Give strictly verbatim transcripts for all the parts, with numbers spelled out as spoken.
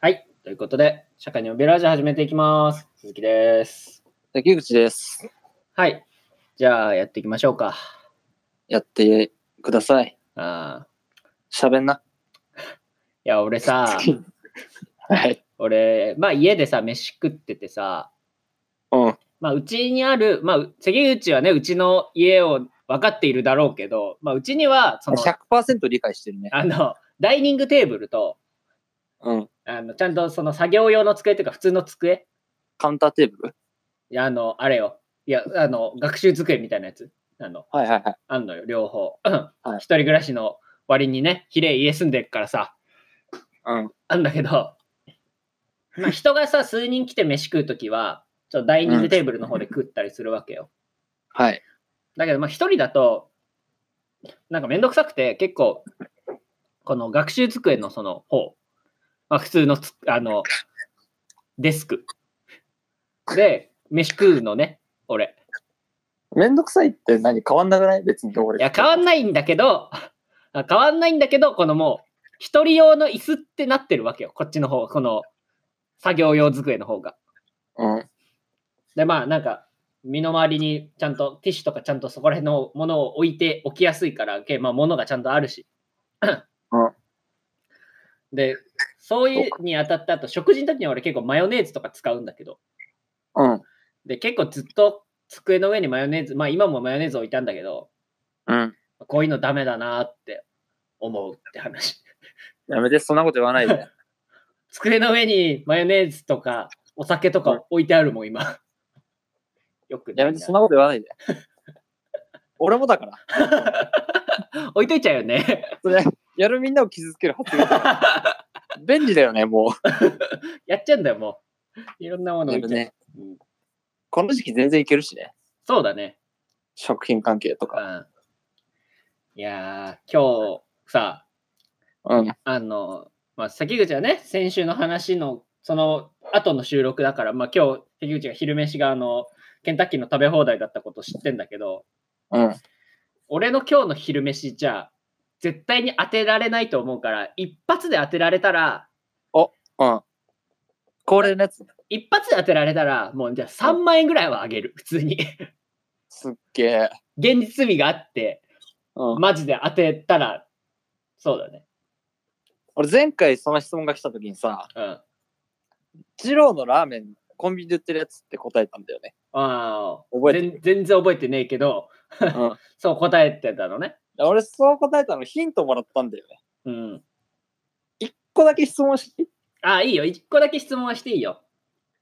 はい。ということで、社会のビラジオ始めていきます。鈴木です。 関口です。 はい。じゃあ、やっていきましょうか。 やってください。 あ喋んな。 いや、俺さ、 はい。 俺、まあ家でさ、飯食っててさ、 うん。 まあうちにある、まあ関口はね、うちの家を分かっているだろうけど、まあうちには、その、 ひゃくパーセント理解してるね。 あの、ダイニングテーブルと、 うん。 あのちゃんとその作業用の机というか普通の机、 カウンターテーブル。 いや、あの、あれよ。いや、あの、学習机みたいなやつ。あの、 はいはいはい。 あんのよ、両方。 はい一人暮らしの割にね、ひれえ家住んでるからさ、 うん。 あんだけど、まあ人がさ、数人来て飯食うときは、ちょっとダイニングテーブルの方で食ったりするわけよ。 はい。 だけど、まあ一人だと、なんかめんどくさくて、結構、この学習机のその方、まあ普通のつ、あの、デスクで、飯食うのね、俺。 めんどくさいって何変わんなくない別に俺。 いや、変わんないんだけど、あ変わんないんだけど、このもう、一人用の椅子ってなってるわけよ。こっちの方、この作業用机の方が。 うん。 で、まあ、なんか、身の回りにちゃんとティッシュとかちゃんとそこら辺のものを置いておきやすいから、けまあ、物がちゃんとあるし。 うん。 で、そういうにあたってあと、食事の時には俺結構マヨネーズとか使うんだけど、 うん。 で、結構ずっと机の上にマヨネーズ、まあ今もマヨネーズ置いたんだけど、 うん。 こういうのダメだなって思うって話。 やめて、そんなこと言わないで。 机の上にマヨネーズとかお酒とか置いてあるもん、今。よくないな。 やめて、そんなこと言わないで。俺もだから。 置いといちゃうよね。 それ、やるみんなを傷つける発言だ。便利だよね、もやっちゃうんだよ、もう。いろんなもう。 の置いちゃう。 ね。 うん、 この時期全然いけるしね。 そうだね。 食品関係とか。 うん、いやー、今日さ、 うん。 あの、まあ、関口はね、先週の話のその後の収録だから、まあ、今日、関口が昼飯があのケンタッキーの食べ放題だったこと知ってんだけど、 うん。 俺の今日の昼飯じゃあ、絶対に当てられないと思うから、一発で当てられたら、 お、うん。恒例のやつ。 一発で当てられたら、もうじゃあさんまん円ぐらいはあげる、普通に。 すっげえ。 現実味があって、 うん。 マジで当てたら、そうだね。 俺前回その質問が来た時にさ、 うん。 二郎のラーメン、コンビニで売ってるやつって答えたんだよね。 ああ、 覚えてる全全然覚えてねえけど、 うん。 そう答えてたのね。 俺そう答えたのヒントもらったんだよね。 うん。 一個だけ質問して。 ああ、いいよ。一個だけ質問はしていいよ。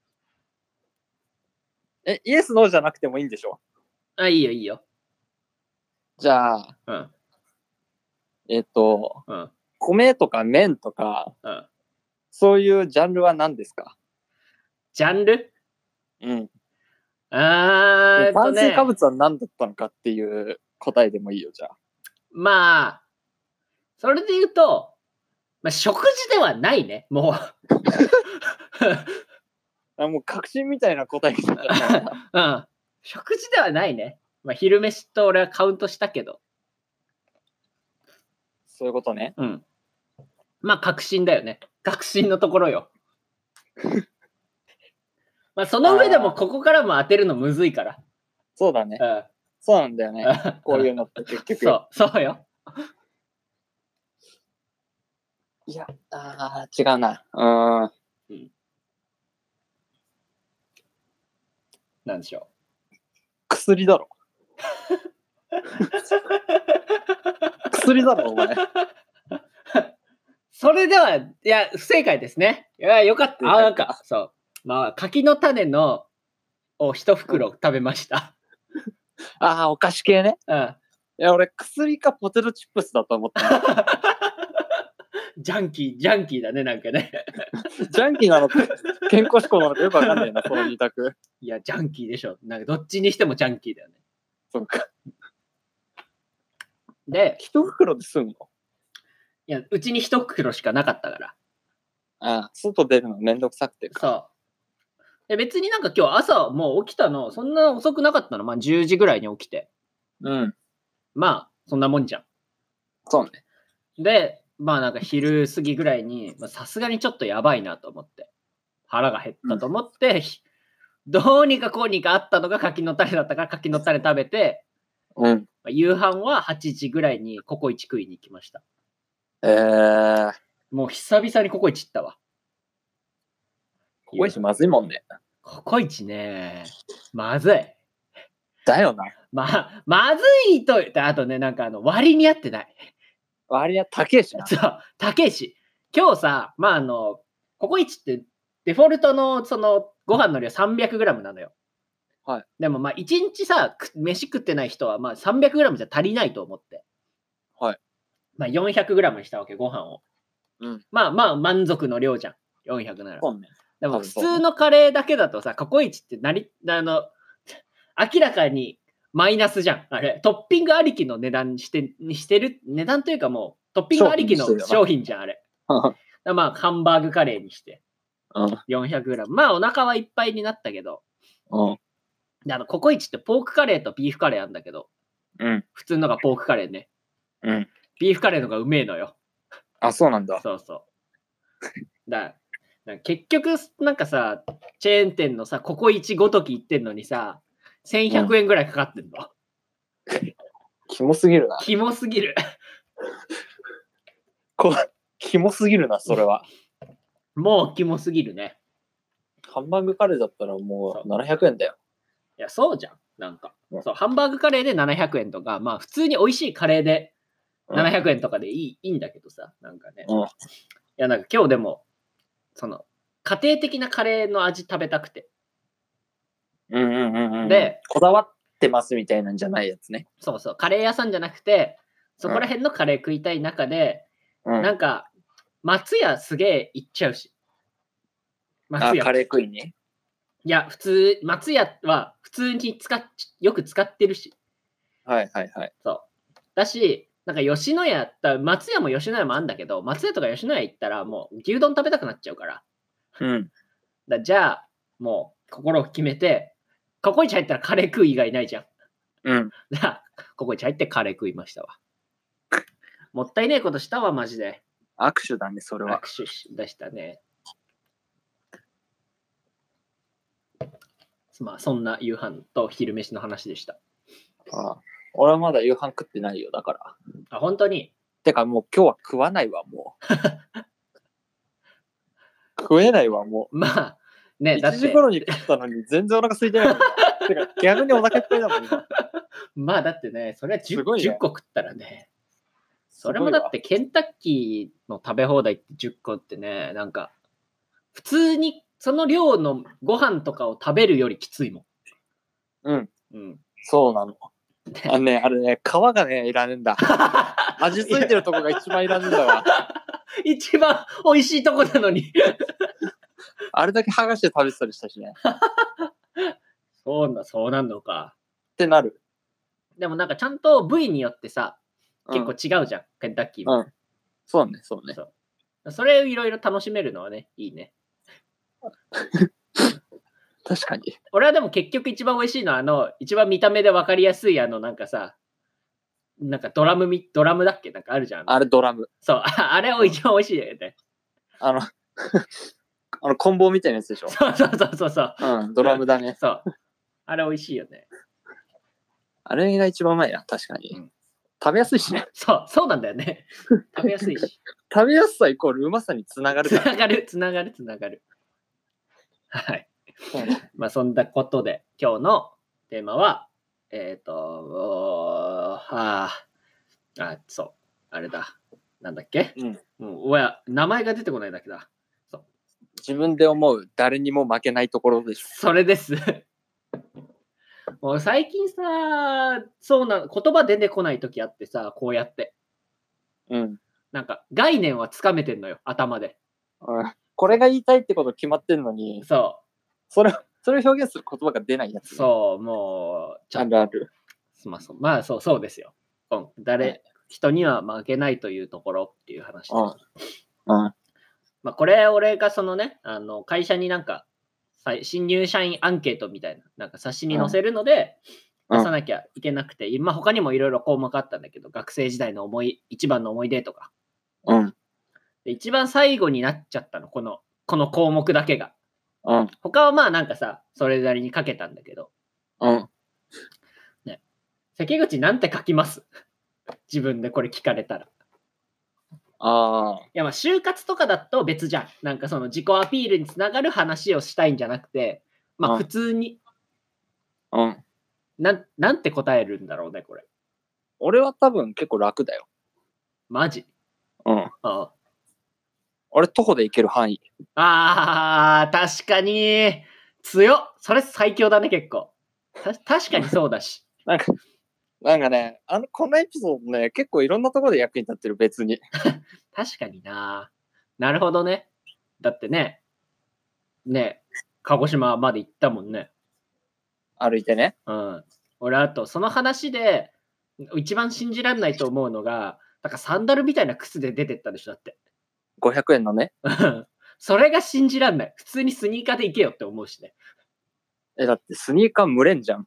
え、イエスノーじゃなくてもいいんでしょ？ ああ、いいよ、いいよ。 じゃあ、 うん。 えっと、 うん。 米とか麺とか、 うん。 そういうジャンルは何ですか？ ジャンルうん。 あー、えっと炭水化ね、 物は何だったのかっていう答えでもいいよ、じゃあ。 まあ、それで言うと、まあ、食事ではないね、もう。 あ、もう確信みたいな答えになっちゃった。 うん。食事ではないね。まあ、昼飯と俺はカウントしたけど。 そういうことね。 うん。まあ、確信だよね。確信のところよ。まあ、その上でもここからも当てるのむずいから。 そうだね。 うん。 そうなんだよね。こういうのって結局。 そう、そうよ。 いや、あー違うな。うーん。 うん。なんでしょ薬だろ。薬だろ、お前。 それでは、いや、不正解ですね。いや、よかった。あ、なんか、そう。まあ、柿の種のを一袋食べました。 ああ、お菓子系ね。 うん。 いや、俺、薬かポテトチップスだと思った。 ジャンキー、ジャンキーだね、なんかね。 ジャンキーなのか、健康志向なのかよくわかんないな、その二択。 いや、ジャンキーでしょ。なんか、どっちにしてもジャンキーだよね。 そうか。 で、 一袋で済むの？ いや、うちに一袋しかなかったから。 ああ、外出るのめんどくさくてか。 そう。で、別になんか今日朝もう起きたの、そんな遅くなかったの。まあ、じゅうじぐらいに起きて。 うん。 まあ、そんなもんじゃん。 そうね。 で、 まあなんか昼過ぎぐらいに、さすがにちょっとやばいなと思って、腹が減ったと思って、うん、どうにかこうにかあったのが柿の種だったから柿の種食べて、 うん、 夕飯ははちじぐらいにココイチ食いに行きました。 えー、 もう久々にココイチ行ったわ。 ココイチまずいもんね。 ココイチね、まずい。 だよな。 ま、まずいと、あとね、なんかあの割に合ってない。 割に合高えしな。 そう、高えし。今日さ、まああの、ココイチってデフォルトのそのご飯の量 さんびゃくグラム なのよ。 はい。 でもまあいちにちさ、飯食ってない人はまあ さんびゃくグラム じゃ足りないと思って。 はい。 まあ よんひゃくグラム にしたわけ、ご飯を。 うん。 まあまあ満足の量じゃん。よんひゃくなら。 そうね。 でも普通のカレーだけだとさ、ココイチってなり、あの、明らかにマイナスじゃん。あれ、トッピングありきの値段にしてにしてる、値段というかもう、トッピングありきの商品じゃん、あれ。まあ、ハンバーグカレーにして。 うん、 よんひゃくグラム。まあ、お腹はいっぱいになったけど。 うん。 で、あの、ココイチってポークカレーとビーフカレーあるんだけど。 うん。 普通のがポークカレーね。 うん。 ビーフカレーのがうめえのよ。 あ、そうなんだ。 そうそう。だ結局、なんかさ、チェーン店のさ、ココイチごとき行ってんのにさ、せんひゃくえんぐらいかかってんの。 うん、キモすぎるな。 キモすぎる。 こキモすぎるな、それは。 もうキモすぎるね。 ハンバーグカレーだったらもうななひゃくえんだよ。 いや、そうじゃん。なんか、うん、そう、ハンバーグカレーでななひゃくえんとか、まあ普通に美味しいカレーでななひゃくえんとかでいい、うん、いいんだけどさ、なんかね。うん、いや、なんか今日でも、その、家庭的なカレーの味食べたくて。 うんうんうんうん。 で、 こだわってますみたいなんじゃないやつね。 そうそう、カレー屋さんじゃなくて、そこら辺のカレー食いたい中で、うん、なんか、松屋すげえ行っちゃうし。 松屋。あ、カレー食いに？ いや、普通、松屋は普通に使っ、よく使ってるし。 はいはいはい。 そう。だし、なんか吉野家、松屋も吉野家もあんだけど、松屋とか吉野家行ったらもう牛丼食べたくなっちゃうから。 うん。 だじゃあ、もう心を決めて、ココイチ入ったらカレー食う以外ないじゃん。 うん。 だからココイチ入ってカレー食いましたわ。もったいねえことしたわ、マジで。 握手だね、それは。 握手でしたね。まあ、そんな夕飯と昼飯の話でした。 ああ、俺はまだ夕飯食ってないよ、だから。 あ、本当に？ てか、もう今日は食わないわ、もう。食えないわ、もう。まあ、ね、 だって。いちじ頃に食ったのに全然お腹空いてないもん。てか、逆にお腹いっぱいだもん、今。 まあ、だってね、それは 10, ね、 じゅっこ食ったらね。それもだってケンタッキーの食べ放題ってじゅっこってね、なんか、普通にその量のご飯とかを食べるよりきついもん。 うん。うん。そうなの。あのね、あれね、皮がね、いらねえんだ。味付いてるとこが一番いらねえんだわ。 一番美味しいとこなのに。 あれだけ剥がして食べてたりしたしね。 そうな、そうなんのか。 ってなる。 でもなんかちゃんと部位によってさ、結構違うじゃん、うん、ケンタッキーも。 うん。そうね、そうね。 そうそれをいろいろ楽しめるのはね、いいね。 確かに。 俺はでも結局一番美味しいのは、あの、一番見た目で分かりやすい、あの、なんかさ、なんかドラムみ、ドラムだっけなんかあるじゃん。 あれドラム。 そう、あれを一番美味しいよね。 あの、あの、棍棒みたいなやつでしょ。 そうそうそうそうそう。 うん、ドラムだね。 そう。あれ美味しいよね。 あれが一番うまいな、確かに。うん、食べやすいしね。 そう、そうなんだよね。食べやすいし。 食べやすさイコールうまさにつながるから。 つながる、つながる、つながる。はい。まあそんなことで今日のテーマはえっ、ー、とはああそうあれだなんだっけ、うん、もう親名前が出てこないだけだ。そう自分で思う誰にも負けないところです。 それです。もう最近さそうな言葉出てこない時あってさこうやってうんなんか概念はつかめてんのよ頭で、 うん、これが言いたいってこと決まってんのにそうそれそれを表現する言葉が出ないやつ、ね、 そうもうちゃんとあるまあそうまあそうそうですよ、うん、誰、はい、人には負けないというところっていう話で、うんうん、まあこれ俺がそのねあの会社になんか新入社員アンケートみたいななんか冊子に載せるので出さなきゃいけなくて、うん、まあ他にもいろいろ項目あったんだけど学生時代の思い一番の思い出とか、 うん、 で一番最後になっちゃったの、この、この項目だけが。 うん。 他はまあなんかさ、それなりに書けたんだけど。 うん。 ね。関口なんて書きます自分でこれ聞かれたら。 ああ。 いやまあ就活とかだと別じゃん。なんかその自己アピールにつながる話をしたいんじゃなくて、まあ普通に。 うん。 なん、なんて答えるんだろうね、これ。 俺は多分結構楽だよ。 マジ？ うん。 ああ。 俺徒歩で行ける範囲。 ああ、確かに。強っ。それ最強だね、結構。た確かにそうだし。 なんか、なんかね、あの、このエピソードね、結構いろんなところで役に立ってる、別に。 確かにな。なるほどね。だってね、ね、鹿児島まで行ったもんね。 歩いてね。 うん。俺、あと、その話で、一番信じられないと思うのが、なんかサンダルみたいな靴で出てったでしょ、だって。 ごひゃくえんのね。 それが信じらんない。普通にスニーカーで行けよって思うしね。 え、だってスニーカー蒸れんじゃん。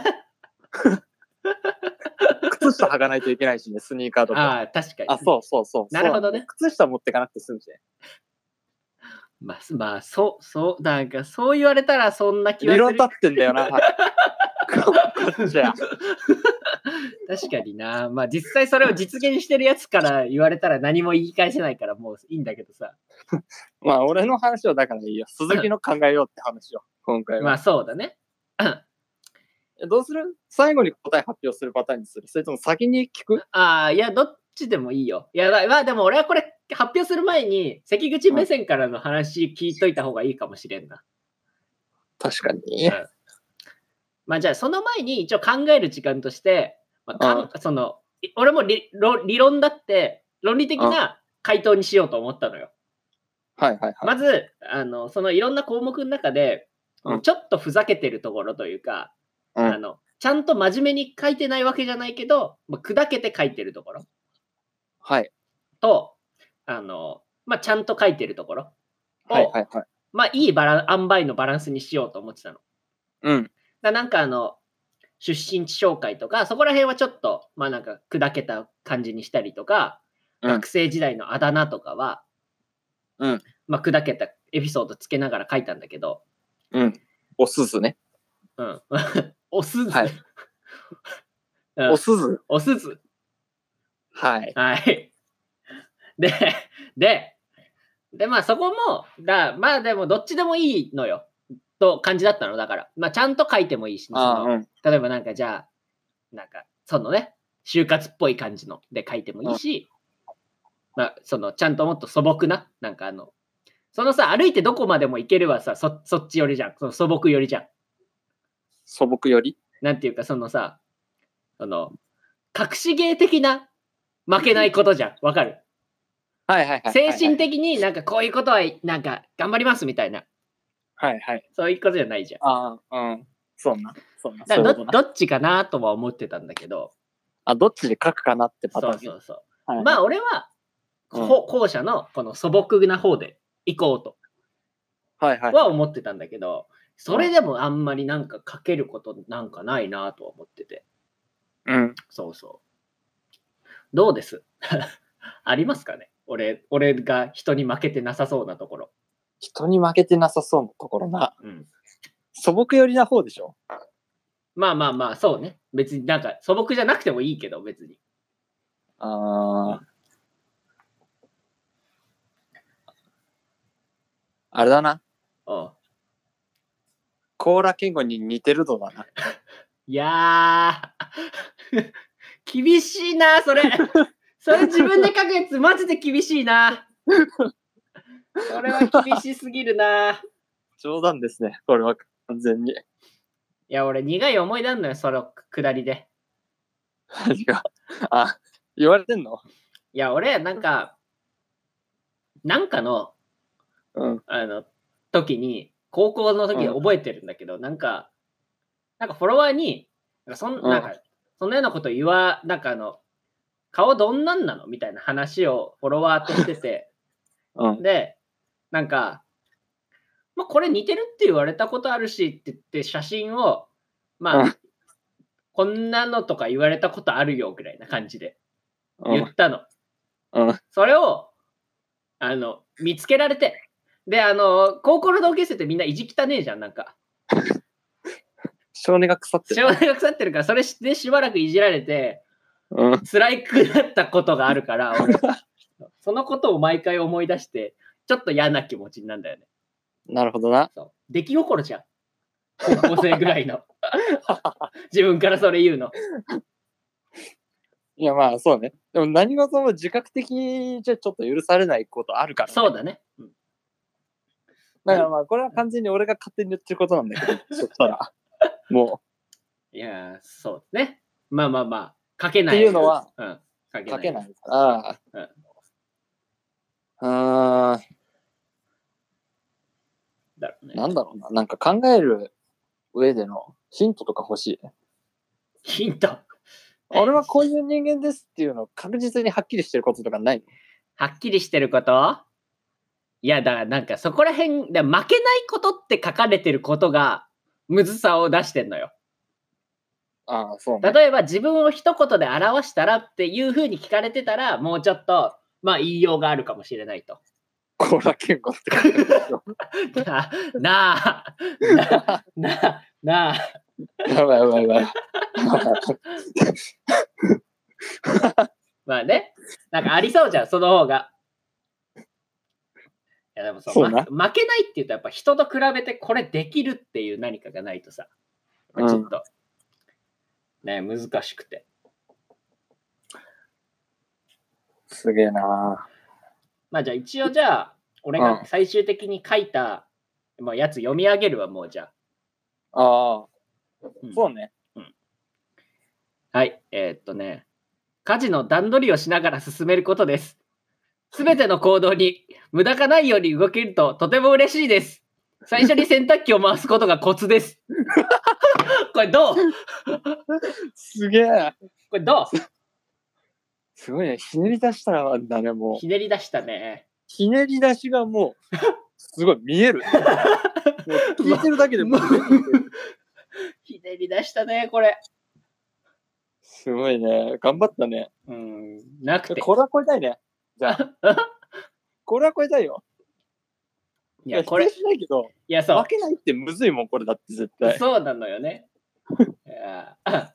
靴下履かないといけないしね、スニーカーとか。 ああ、確かに。 あ、そうそうそう。 なるほどね。 靴下持ってかなくて済むしね。 まあ、まあ、そう、そう、なんか、そう言われたらそんな気がする。 理論立ってんだよな。こっちは。 確かにな。まあ実際それを実現してるやつから言われたら何も言い返せないからもういいんだけどさ。 まあ俺の話はだからいいよ。鈴木の考えようって話を、今回は。 まあそうだね。 どうする？最後に答え発表するパターンにする？それとも先に聞く？ ああ、いや、どっちでもいいよ。いや、まあでも俺はこれ発表する前に関口目線からの話聞いといた方がいいかもしれんな。 確かに。 うん、まあじゃあその前に一応考える時間として、まあ、かんその俺も 理, 理論だって論理的な回答にしようと思ったのよ。 はいはいはい。 まずあのそのいろんな項目の中で、うん、ちょっとふざけてるところというか、うん、あのちゃんと真面目に書いてないわけじゃないけど、まあ、砕けて書いてるところ、 はい、 とあの、まあ、ちゃんと書いてるところを、 はいはいはい、 まあ、いいバラン塩梅のバランスにしようと思ってたの。 うん、 だなんかあの出身地紹介とかそこら辺はちょっとまあなんか砕けた感じにしたりとか、うん、学生時代のあだ名とかは、 うん、 まあ、砕けたエピソードつけながら書いたんだけど、 うん、おすずね。 うん。おすず。 はい。うん、おすず。 おすず。 はい。 はい。で、で、で、まあそこも、だまあでもどっちでもいいのよ。と感じだったの。だから。まあちゃんと書いてもいいし、ね、その、うん、例えばなんかじゃあ、なんか、そのね、就活っぽい感じので書いてもいいし、うん、まあその、ちゃんともっと素朴な、なんかあの、そのさ、歩いてどこまでも行けるはさ、そ, そっち寄りじゃん。その素朴寄りじゃん。 素朴寄り？ なんていうか、そのさ、その、隠し芸的な負けないことじゃん。わかる？ はいはいはい。 精神的になんかこういうことはなんか頑張りますみたいな。 はいはい。 そういうことじゃないじゃん。 ああ、うん。そうな。そうな。 だから ど, どっちかなとは思ってたんだけど。 あ、どっちで書くかなってパターン。 そうそうそう。はいはい、まあ俺は、うん、後者のこの素朴な方で行こうと。 はいはい。 は思ってたんだけど、それでもあんまりなんか書けることなんかないなとは思ってて。 うん。 そうそう。どうですありますかね？俺、俺が人に負けてなさそうなところ。 人に負けてなさそうなところな。うん。素朴寄りな方でしょ？ まあまあまあ、そうね。別になんか素朴じゃなくてもいいけど、別に。 ああ。うん、あれだな。 おう。 コーラ健吾に似てるのだな。 いやー。厳しいな、それ。それ自分で書くやつ、マジで厳しいな。それは厳しすぎるな。 冗談ですね、これは完全に。いや、俺、苦い思い出あんのよ、そのくだりで。 何が？あ、言われてんの？ いや、俺、なんか、なんかの、 うん、 あの、時に、高校の時で覚えてるんだけど、うん、なんか、なんかフォロワーに、なんかそん、なんか、そんなようなこと言わ、なんかあの、顔どんなんなのみたいな話をフォロワーとしてて、うん、で、なんか、まあ、これ似てるって言われたことあるしって言って写真を、まあ、うん、こんなのとか言われたことあるよぐらいな感じで言ったの。 うん、 それを、 あの、見つけられて、で、あの、高校の同級生ってみんな意地汚ねえじゃん、なんか。 少年が腐ってる。 少年が腐ってるから、それでしばらくいじられて、 うん、 辛くなったことがあるから、俺、そのことを毎回思い出して、ちょっと嫌な気持ちになるんだよね。 なるほどな。 そう出来心じゃん。高校生ぐらいの。自分からそれ言うの。 いや、まあそうね。でも何事も自覚的じゃちょっと許されないことあるから、ね。 そうだね。うん、 だからまあこれは完全に俺が勝手に言ってることなんだけど、そしたら。もう。いや、そうね。まあまあまあ、書けない。 っていうのは、 うん、書けない。 書けないから、うん。あーだろうね。 なんだろうな。なんか考える上でのヒントとか欲しい。 ヒント。 俺はこういう人間ですっていうのを確実にはっきりしてることとかないの？ はっきりしてること？いや、だからなんかそこら辺、だ負けないことって書かれてることが、むずさを出してんのよ。 ああ、そうね。 例えば自分を一言で表したらっていう風に聞かれてたら、もうちょっと、まあ言いようがあるかもしれないと。 コーラ健吾って書いてるでしょ。 なあ、なあ、なあ、なあ。 やばいやばいやばい。 まあね、なんかありそうじゃん、その方が。いやでもそう、 そうな。 ま、負けないって言うとやっぱ人と比べてこれできるっていう何かがないとさ、まあ、ちょっと、ね、難しくて。 すげえな。 まあじゃあ一応じゃあ、俺が最終的に書いた、まあ、やつ読み上げるわ、もうじゃあ。ああ、 うん、 そうね、 うん。はい、えー、っとね、家事の段取りをしながら進めることです。すべての行動に無駄がないように動けるととても嬉しいです。最初に洗濯機を回すことがコツです。これどう？ すげえ。 これどう？ すごいね。ひねり出したらだね、もう。 ひねり出したね。 ひねり出しがもう、すごい見える。もう聞いてるだけでもうひねり出したね、これ。 すごいね。頑張ったね。 うん、なくて。 これは超えたいね。じゃあ。これは超えたいよ。いや、これ。否定しないけど、 いや、そう。 負けないってむずいもん、これだって絶対。 そうなのよね。いや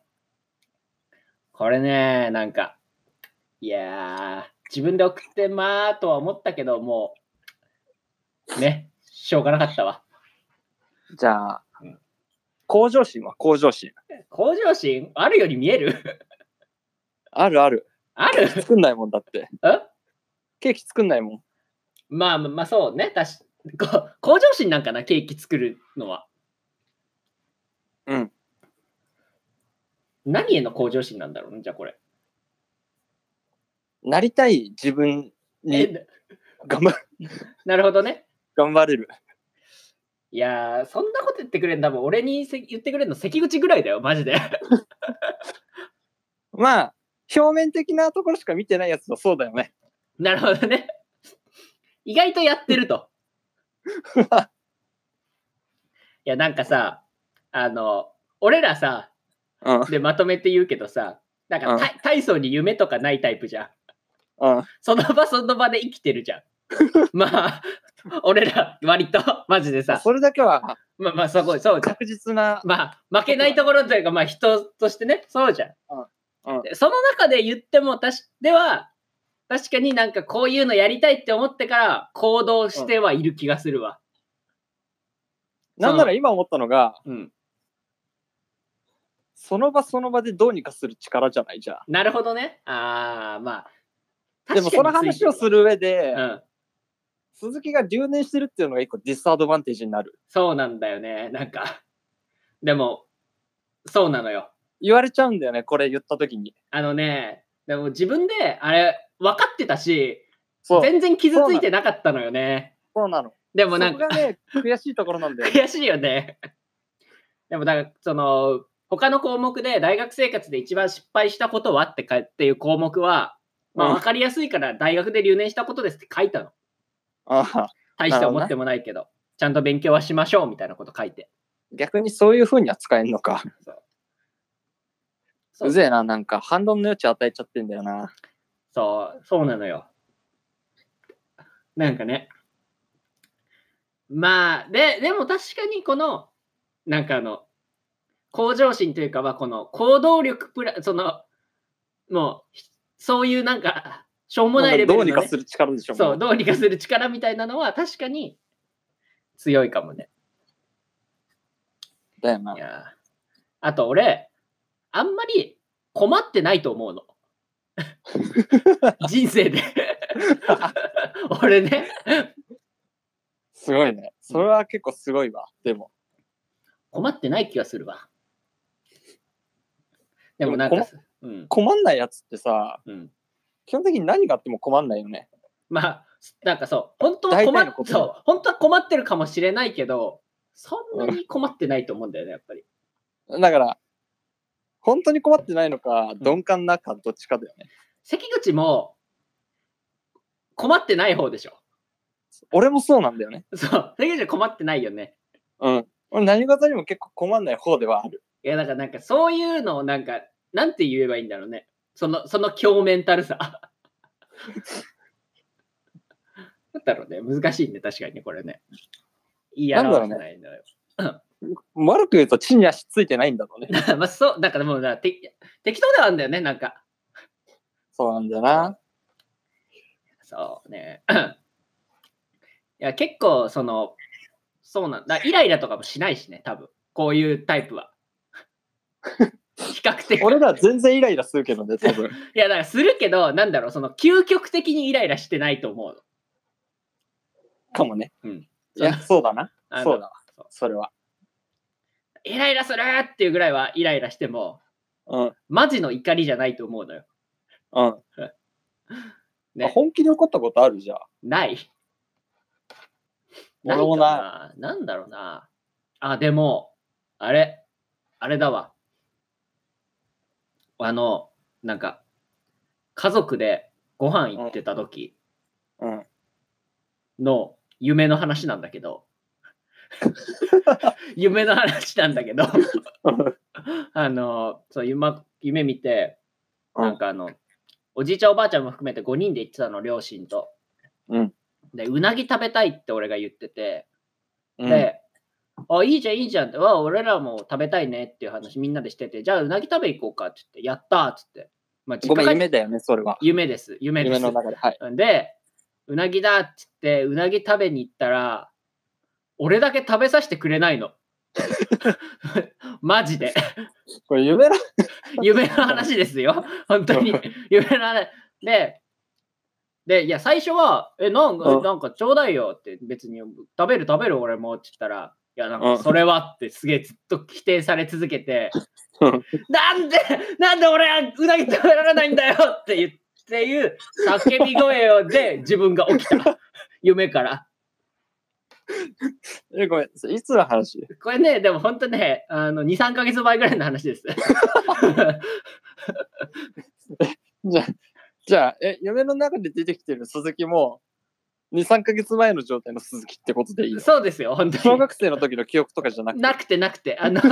これね、なんか、いやー、自分で送ってまーとは思ったけど、もう、ね、しょうがなかったわ。 じゃあ、うん、向上心は向上心。 向上心あるように見えるあるある。 ある作んないもんだって。 えケーキ作んないもん。 まあまあそうね。たし向上心なんかな、ケーキ作るのは。 うん。 何への向上心なんだろうね、じゃあこれ。 なりたい自分に頑張る。 なるほどね。 頑張れる。 いやー、そんなこと言ってくれんだもん。俺に言ってくれるの関口ぐらいだよ、マジで。 まあ、表面的なところしか見てないやつはそうだよね。 なるほどね。意外とやってると。いや、なんかさ、あの、俺らさ、 うん、 でまとめて言うけどさ、なんか、うん、体操に夢とかないタイプじゃん。 うん、 その場その場で生きてるじゃん。まあ、俺ら割とマジでさ。 それだけは、 まあまあ、そこ、そう確実な。 まあ、負けないところというか、まあ人としてね、そうじゃん。 うんうん、 その中で言っても、たしでは、確かになんかこういうのやりたいって思ってから行動してはいる気がするわ。 うん、なんなら今思ったのが、 うん、 その場その場でどうにかする力じゃないじゃん。 なるほどね。ああ、まあ。 でもその話をする上で、 うん、 鈴木が留年してるっていうのが一個ディスアドバンテージになる。 そうなんだよね。なんか、でも、そうなのよ。 言われちゃうんだよね、これ言った時に。 あのね、でも自分であれ分かってたし、全然傷ついてなかったのよね。 そうなの。 でもなんか、 そこがね、悔しいところなんだよ、 ね。悔しいよね。でもだから、その、他の項目で大学生活で一番失敗したことはってかっていう項目は、まあ分かりやすいから大学で留年したことですって書いたの。 ああ、 大して思ってもないけど、ちゃんと勉強はしましょうみたいなこと書いて。 逆にそういう風には使えんのか。うぜえな、なんか反論の余地与えちゃってんだよな。 そう、そうなのよ。 なんかね。まあ、で、でも確かにこの、なんかあの、向上心というかは、この行動力プラ、その、もう、そういうなんか、しょうもないレベルの、ね、 どうにかする力でしょ。 そう、どうにかする力みたいなのは確かに強いかもね。 だよな。 いや、あと俺、あんまり困ってないと思うの。人生で。俺ね。 すごいね。それは結構すごいわ。でも。 困ってない気がするわ。でもなんか、 うん、困んないやつってさ、うん、基本的に何があっても困んないよね。 まあ、なんかそう、本当は困っそう本当は困ってるかもしれないけど、そんなに困ってないと思うんだよね、やっぱり。 だから、本当に困ってないのか、鈍感なか、どっちかだよね。 関口も、困ってない方でしょ。 俺もそうなんだよね。 そう、関口は困ってないよね。 うん。俺何事にも結構困んない方ではある。 いや、だからなんかそういうのをなんか、なんて言えばいいんだろうね。その、その強メンタルさ。だったろうね。難しいね、確かにね、これね。いや、なんだろうね。 悪く言うと地に足ついてないんだろうね。 まあそう、だからもうだ適当ではあるんだよね、なんか。 そうなんだよな。 そうね。いや、結構、その、そうなんだ。イライラとかもしないしね、多分。こういうタイプは。比較的。 俺ら全然イライラするけどね、多分。 いや、だからするけど、なんだろう、その、究極的にイライラしてないと思うの。 かもね。 うん。 いや、そうだな。そうだわ。それは。 イライラするっていうぐらいはイライラしても、うん、マジの怒りじゃないと思うのよ。 うん。ね、本気で怒ったことあるじゃん。 ない。 俺もない。なんだろうな。あ、でも、あれ、あれだわ。あの、なんか、家族でご飯行ってた時の夢の話なんだけど、夢の話なんだけど、あの、そう夢、夢見て、なんかあの、おじいちゃんおばあちゃんも含めてごにんで行ってたの、両親と。うん、で、うなぎ食べたいって俺が言ってて、うん、で、あ、いいじゃん、いいじゃんって、わ、俺らも食べたいねっていう話みんなでしてて、じゃあうなぎ食べ行こうかって言って、やったーっつって。 まあ、ごめん、夢だよね、それは。 夢です、夢です。 夢の中で、はい。 で、うなぎだっつって、うなぎ食べに行ったら、俺だけ食べさせてくれないの。マジで。 これ夢の夢の話ですよ。本当に。夢の話。で、で、いや、最初は、え、なんか、なんかちょうだいよって、別に、食べる食べる俺もって言ったら、いや、なんか、それはってすげえずっと否定され続けて、なんで、なんで俺はうなぎ食べられないんだよって言っていう叫び声で自分が起きた。夢から。 え、ごめん、いつの話？ これね、でも本当ね、あの、に、さんかげつまえぐらいの話です。 じゃあ、じゃあ、え、夢の中で出てきてる鈴木も、に、さんかげつまえの状態の鈴木ってことでいい？ そうですよ、本当に。 小学生の時の記憶とかじゃなくて。 なくてなくて、あの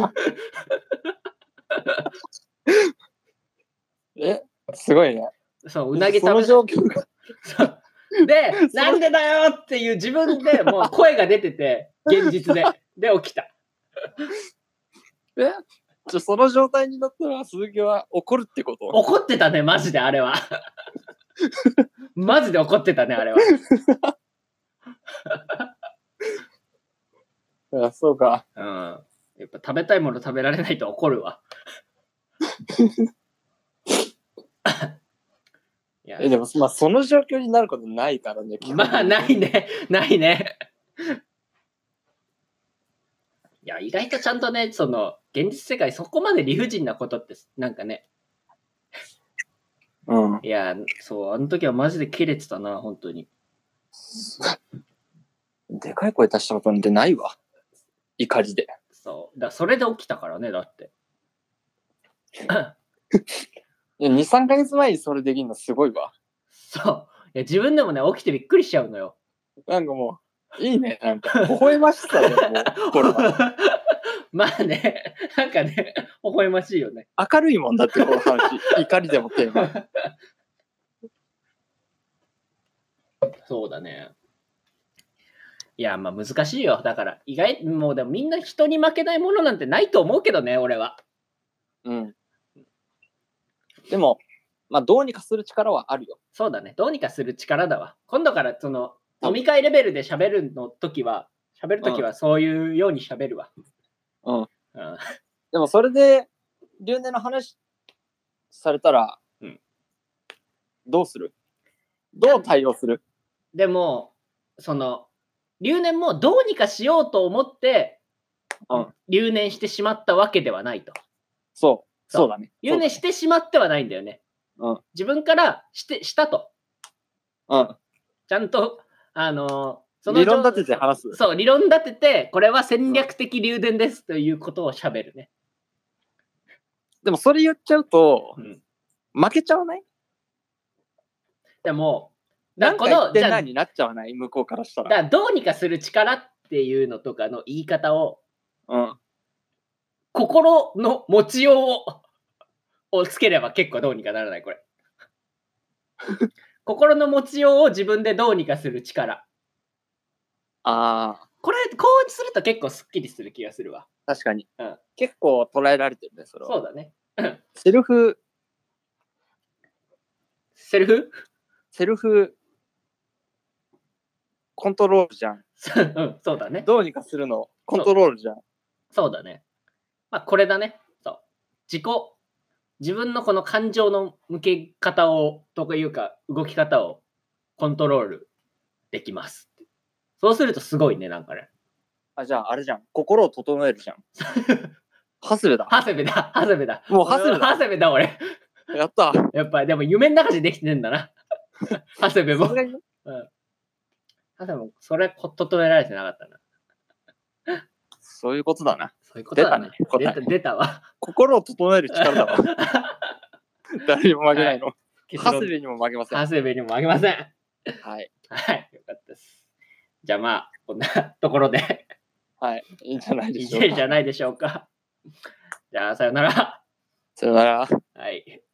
え、すごいね。 そう、うなぎ食べその状況が。 そうで、なんでだよっていう自分でもう声が出てて、現実で。で、起きた。 えじゃその状態になったら鈴木は怒るってこと？ 怒ってたね、マジであれは。マジで怒ってたね、あれは。 あ、そうか。 うん。やっぱ食べたいもの食べられないと怒るわ。 いやえでも、まあ、その状況になることないからね。 まあ、ないね。ないね。いや、意外とちゃんとね、その、現実世界そこまで理不尽なことって、なんかね。 うん。 いや、そう、あの時はマジでキレてたな、本当に。 でかい声出したことなんてないわ。怒りで。 そう。だそれで起きたからね、だって。 いや、に、さんかげつまえにそれできるのすごいわ。 そう。いや、自分でもね、起きてびっくりしちゃうのよ。 なんかもう、いいね。なんか、微笑ましさでもう、これは。 まあね、なんかね、微笑ましいよね。 明るいもんだって、この話。怒りでもテーマ。 そうだね。いや、まあ難しいよ。だから、意外、もうでもみんな人に負けないものなんてないと思うけどね、俺は。 うん。でも、まあどうにかする力はあるよ。 そうだね。どうにかする力だわ。今度からその、飲み会レベルで喋るの時は、喋る時はそういうように喋るわ。 うん。うん、 うんでもそれで、留年の話されたら、うん、どうする？どう対応する？ でも、その、留年もどうにかしようと思って、うん、留年してしまったわけではないと。 そう、そうだね。 留年してしまってはないんだよね。うん、自分からしてしたと。うん。ちゃんと、あのー、 その理論立てて話す。 そう、理論立てて、これは戦略的留年ですということを喋るね。 でもそれ言っちゃうと、うん、負けちゃわない？ でも、 なんか言ってんなになっちゃわない？向こうからしたら。 だからどうにかする力っていうのとかの言い方を、うん、心の持ちようををつければ結構どうにかならないこれ。心の持ちようを自分でどうにかする力。 ああ。 これこうすると結構すっきりする気がするわ。 確かに。うん、結構捉えられてるね、それは。 そうだね。 セルフ。 セルフセルフコントロールじゃん。 うん、そうだね。 どうにかするのコントロールじゃん。 そう、そうだね。まあこれだね。そう。自己、自分のこの感情の向け方を、というか動き方をコントロールできます。そうするとすごいね、なんかね。 あ、じゃああれじゃん。心を整えるじゃん。ハセベだ。 ハセベだ。ハセベだ。 もうハセベだ。 ハセベだ、俺。 やった。 やっぱでも夢の中でできてねえんだな。ハセベも。うん。ハセベもそれ整えられてなかったな。 そういうことだな。 そういうことだね。 出たね。 出た、出たわ。 心を整える力だわ。誰にも負けないの。はい、ハセベにも負けません。 ハセベにも負けません。 はい。 はい。よかったです。じゃあまあ、こんなところで。 はい。いいんじゃないでしょうか。 いいんじゃないでしょうか。じゃあ、さよなら。 さよなら。 はい。